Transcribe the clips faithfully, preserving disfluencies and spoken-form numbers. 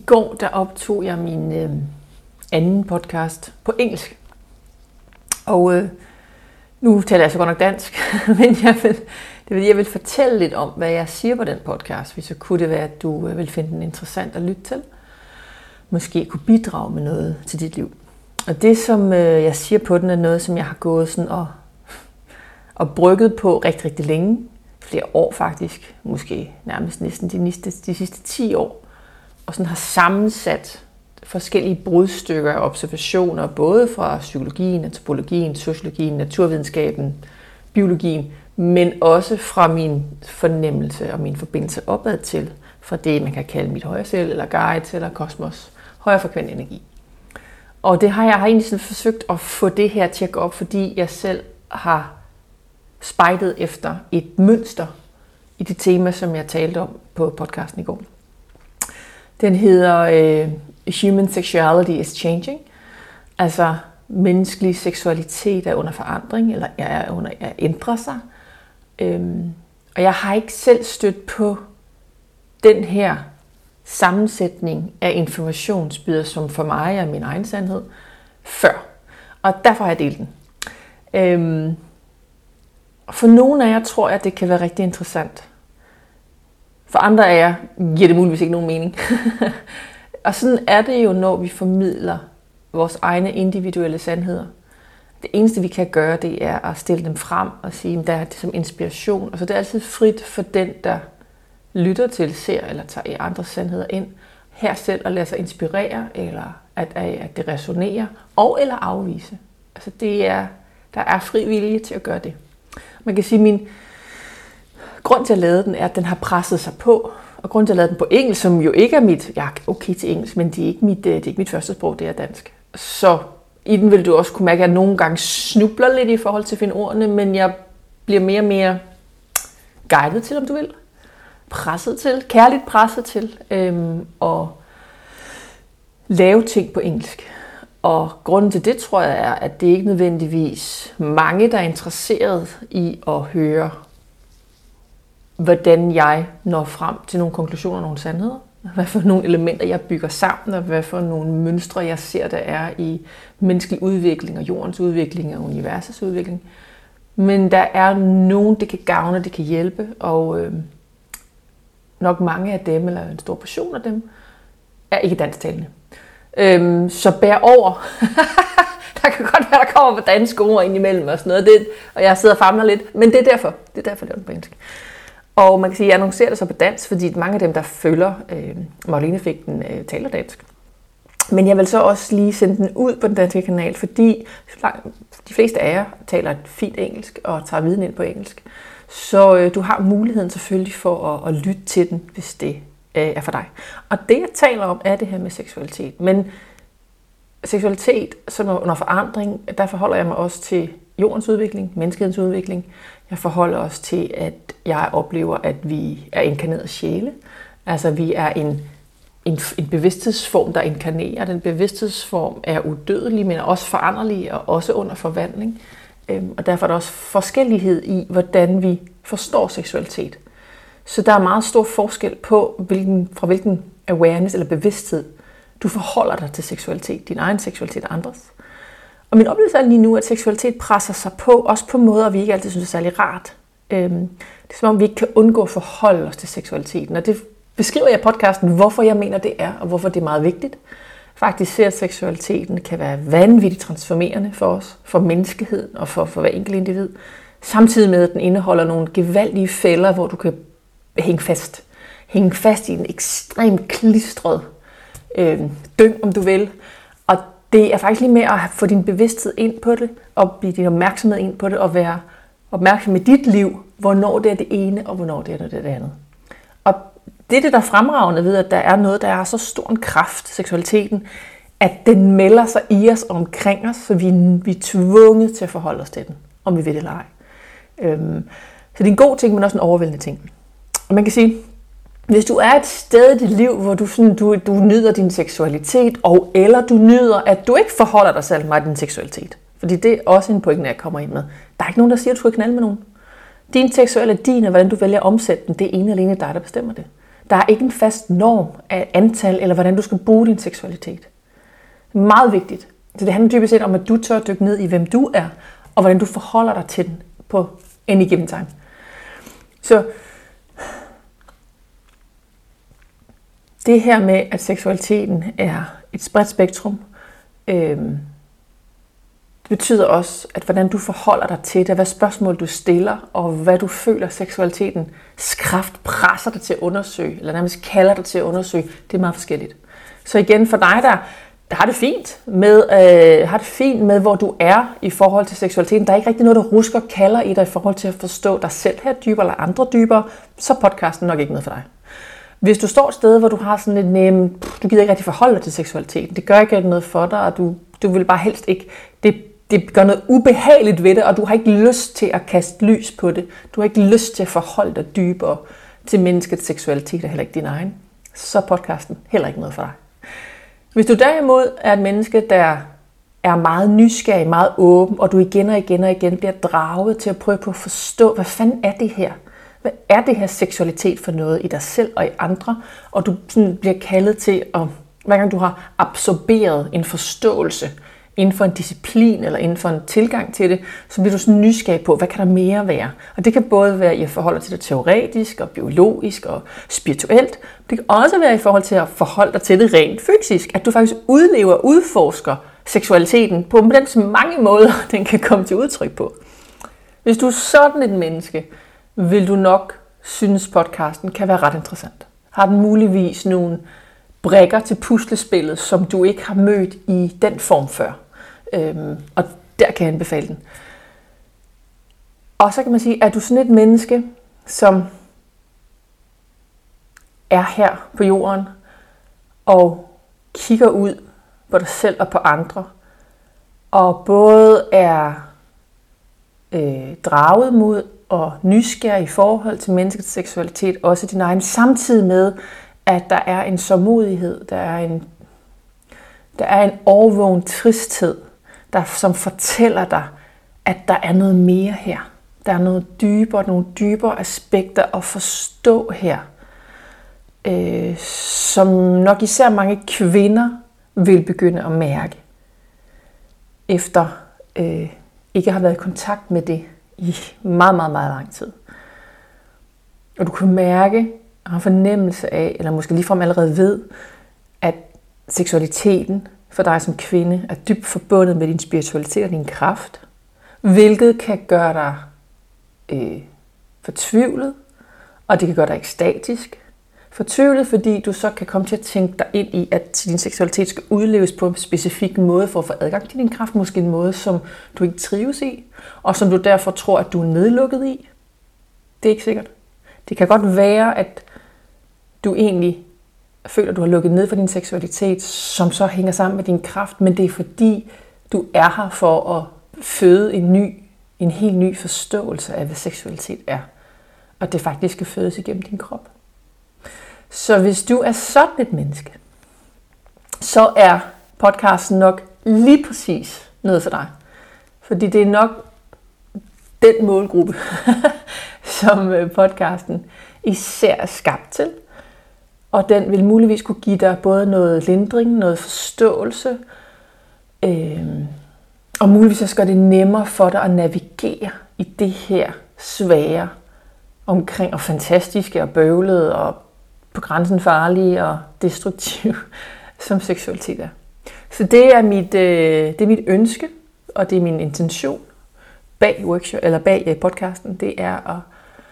går der optog jeg min øh, anden podcast på engelsk. Og øh, nu taler jeg så godt nok dansk, men jeg vil, det vil, jeg vil fortælle lidt om, hvad jeg siger på den podcast, hvis så kunne det være, at du øh, vil finde den interessant at lytte til. Måske kunne bidrage med noget til dit liv. Og det, som øh, jeg siger på den, er noget, som jeg har gået sådan og, og brygget på rigtig, rigtig længe. Flere år faktisk, måske nærmest næsten de, næste, de sidste ti år. Og sådan har sammensat forskellige brudstykker af observationer, både fra psykologien, antropologien, sociologien, naturvidenskaben, biologien, men også fra min fornemmelse og min forbindelse opad til, fra det, man kan kalde mit højre selv, eller guides, eller kosmos, højere frekvent energi. Og det har jeg har egentlig sådan forsøgt at få det her til at gå op, fordi jeg selv har spejdet efter et mønster i det tema, som jeg talte om på podcasten i går. Den hedder øh, Human Sexuality is Changing. Altså menneskelig seksualitet er under forandring, eller er under at ændre sig. Øhm, og jeg har ikke selv stødt på den her sammensætning af informationsbidder, som for mig er min egen sandhed, før. Og derfor har jeg delt den. Øhm, for nogle af jer tror jeg, at det kan være rigtig interessant. For andre af jer giver det muligvis ikke nogen mening. Og sådan er det jo, når vi formidler vores egne individuelle sandheder. Det eneste, vi kan gøre, det er at stille dem frem og sige, at der er det som inspiration. Og så det er altid frit for den, der lytter til, ser eller tager andres sandheder ind, her selv at lade sig inspirere, eller at, at det resonerer, og eller afvise. Altså det er, der er fri vilje til at gøre det. Man kan sige, at min grund til at lave den er, at den har presset sig på. Og grund til at lave den på engelsk, som jo ikke er mit, jeg er okay til engelsk, men det er ikke mit, det er ikke mit første sprog, det er dansk. Så i den vil du også kunne mærke, at jeg nogle gange snubler lidt i forhold til at finde ordene, men jeg bliver mere og mere guidet til, om du vil. Presset til, kærligt presset til øhm, at lave ting på engelsk. Og grunden til det, tror jeg, er, at det ikke nødvendigvis mange, der er interesseret i at høre, hvordan jeg når frem til nogle konklusioner og nogle sandheder. Hvad for nogle elementer, jeg bygger sammen, og hvad for nogle mønstre, jeg ser, der er i menneskelig udvikling, og jordens udvikling, og universets udvikling. Men der er nogen, det kan gavne, det kan hjælpe, og øh, nok mange af dem, eller en stor portion af dem, er ikke dansktalende. Øhm, så bær over. Der kan godt være, der kommer på danske ord ind imellem og sådan noget, det, og jeg sidder og famler lidt, men det er derfor, det er derfor, det er på engelsk. Og man kan sige, at jeg annoncerer det så på dansk, fordi mange af dem, der følger øh, Magdalene-effekten, øh, taler dansk. Men jeg vil så også lige sende den ud på den danske kanal, fordi de fleste af jer taler et fint engelsk og tager viden ind på engelsk. Så øh, du har muligheden selvfølgelig for at, at lytte til den, hvis det øh, er for dig. Og det, jeg taler om, er det her med seksualitet. Men seksualitet, som er under forandring, der forholder jeg mig også til jordens udvikling, menneskehedens udvikling. Jeg forholder os til, at jeg oplever, at vi er inkarnerede sjæle. Altså, vi er en, en, en bevidsthedsform, der inkarnerer. Den bevidsthedsform er udødelig, men er også foranderlig og også under forvandling. Øhm, og derfor er der også forskellighed i, hvordan vi forstår seksualitet. Så der er meget stor forskel på, hvilken, fra hvilken awareness eller bevidsthed du forholder dig til seksualitet. Din egen seksualitet og andres. Og min oplevelse er lige nu, at seksualitet presser sig på, også på måder, vi ikke altid synes er særlig rart. Øhm, det er som om, vi ikke kan undgå at forholde os til seksualiteten. Og det beskriver jeg i podcasten, hvorfor jeg mener, det er, og hvorfor det er meget vigtigt. Faktisk ser, at seksualiteten kan være vanvittigt transformerende for os, for menneskeheden og for, for hver enkelt individ. Samtidig med, at den indeholder nogle gevaldige fælder, hvor du kan hænge fast. Hænge fast i en ekstremt klistret øh, dyng, om du vil. Og det er faktisk lige med at få din bevidsthed ind på det, og blive din opmærksomhed ind på det, og være opmærksom i dit liv, hvornår det er det ene, og hvornår det er det andet. Og det er det, der er fremragende ved, at der er noget, der er så stor en kraft, seksualiteten, at den melder sig i os og omkring os, så vi, vi er tvunget til at forholde os til den, om vi vil det eller ej. Øhm, så det er en god ting, men også en overvældende ting. Og man kan sige, hvis du er et sted i dit liv, hvor du, sådan, du, du nyder din seksualitet, og eller du nyder, at du ikke forholder dig selv med din seksualitet. Fordi det er også en pointe, jeg kommer ind med. Der er ikke nogen, der siger, at du skal knalde med nogen. Din seksuelle er din, og hvordan du vælger at omsætte den, det er ene alene dig, der bestemmer det. Der er ikke en fast norm af antal, eller hvordan du skal bruge din seksualitet. Det er meget vigtigt. Så det handler dybest set om, at du tør dykke ned i, hvem du er, og hvordan du forholder dig til den på any given time. Så det her med, at seksualiteten er et spredt spektrum, øh, det betyder også, at hvordan du forholder dig til det, hvad spørgsmål du stiller, og hvad du føler seksualiteten kraft presser dig til at undersøge, eller nærmest kalder dig til at undersøge, det er meget forskelligt. Så igen, for dig, der, der har det fint med, øh, har det fint med, hvor du er i forhold til seksualiteten. Der er ikke rigtig noget, der rusker kalder i dig i forhold til at forstå dig selv her dybere eller andre dybere, så er podcasten nok ikke noget for dig. Hvis du står et sted, hvor du har sådan et nem, du gider ikke rigtig forholde dig til seksualiteten, det gør ikke noget for dig, og du, du vil bare helst ikke, det, det gør noget ubehageligt ved det, og du har ikke lyst til at kaste lys på det, du har ikke lyst til at forholde dig dybere til menneskets seksualitet, og heller ikke din egen, så er podcasten heller ikke noget for dig. Hvis du derimod er et menneske, der er meget nysgerrig, meget åben, og du igen og igen og igen bliver draget til at prøve på at forstå, hvad fanden er det her? Hvad er det her seksualitet for noget i dig selv og i andre? Og du sådan bliver kaldet til, at hver gang du har absorberet en forståelse inden for en disciplin eller inden for en tilgang til det, så bliver du sådan nysgerrig på, hvad kan der mere være? Og det kan både være i forhold til det teoretisk og biologisk og spirituelt. Det kan også være i forhold til at forholde dig til det rent fysisk, at du faktisk udlever og udforsker seksualiteten på den mange måder, den kan komme til udtryk på. Hvis du er sådan et menneske, vil du nok synes, podcasten kan være ret interessant. Har den muligvis nogle brikker til puslespillet, som du ikke har mødt i den form før. Øhm, og der kan jeg anbefale den. Og så kan man sige, at du sådan et menneske, som er her på jorden, og kigger ud på dig selv og på andre, og både er øh, draget mod og nysgerrig i forhold til menneskets seksualitet, også din egen, samtidig med, at der er en sårmodighed, der er en, der er en overvågen tristhed, der, som fortæller dig, at der er noget mere her. Der er noget dybere, nogle dybere aspekter at forstå her, øh, som nok især mange kvinder vil begynde at mærke, efter øh, ikke har været i kontakt med det i meget, meget, meget lang tid. Og du kan mærke og har en fornemmelse af, eller måske ligefrem allerede ved, at seksualiteten for dig som kvinde er dybt forbundet med din spiritualitet og din kraft, hvilket kan gøre dig øh, fortvivlet, og det kan gøre dig ekstatisk. Fortvivlet, fordi du så kan komme til at tænke dig ind i, at din seksualitet skal udleves på en specifik måde for at få adgang til din kraft, måske en måde, som du ikke trives i, og som du derfor tror, at du er nedlukket i. Det er ikke sikkert. Det kan godt være, at du egentlig føler, at du har lukket ned for din seksualitet, som så hænger sammen med din kraft, men det er fordi, du er her for at føde en ny, en helt ny forståelse af, hvad seksualitet er. Og det faktisk skal fødes igennem din krop. Så hvis du er sådan et menneske, så er podcasten nok lige præcis noget for dig. Fordi det er nok den målgruppe, som podcasten især er skabt til. Og den vil muligvis kunne give dig både noget lindring, noget forståelse, øh, og muligvis også gøre det nemmere for dig at navigere i det her svære omkring, og fantastiske og bøvlede og på grænsen farlige og destruktive, som seksualitet er. Så det er mit, øh, det er mit ønske, og det er min intention bag workshop eller bag podcasten, det er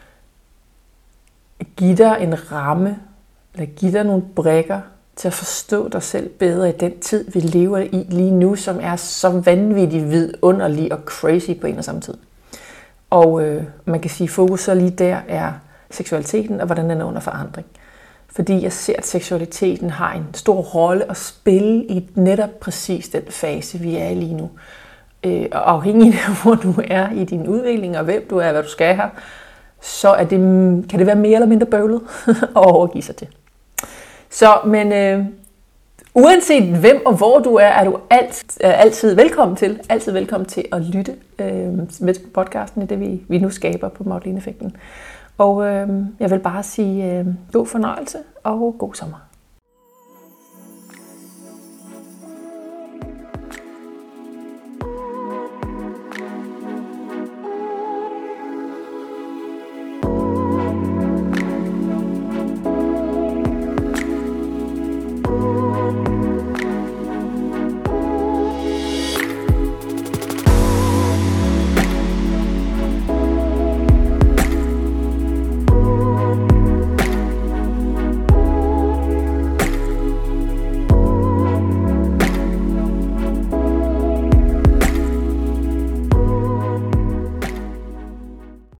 at give dig en ramme, eller give dig nogle brikker til at forstå dig selv bedre i den tid, vi lever i lige nu, som er så vanvittigt vidunderlig og crazy på en og samme tid. Og øh, man kan sige, at fokus så lige der er seksualiteten, og hvordan den er under forandring. Fordi jeg ser, at seksualiteten har en stor rolle at spille i netop præcis den fase, vi er i lige nu. Øh, og afhængig af, hvor du er i din udvikling, og hvem du er, hvad du skal her, så er det, kan det være mere eller mindre bøvlet at overgive sig til. Så, men øh, uanset hvem og hvor du er, er du alt, er altid velkommen til, altid velkommen til at lytte øh, med podcasten, i det vi, vi nu skaber på Magdalene-effekten. Og øh, jeg vil bare sige øh, god fornøjelse og god sommer.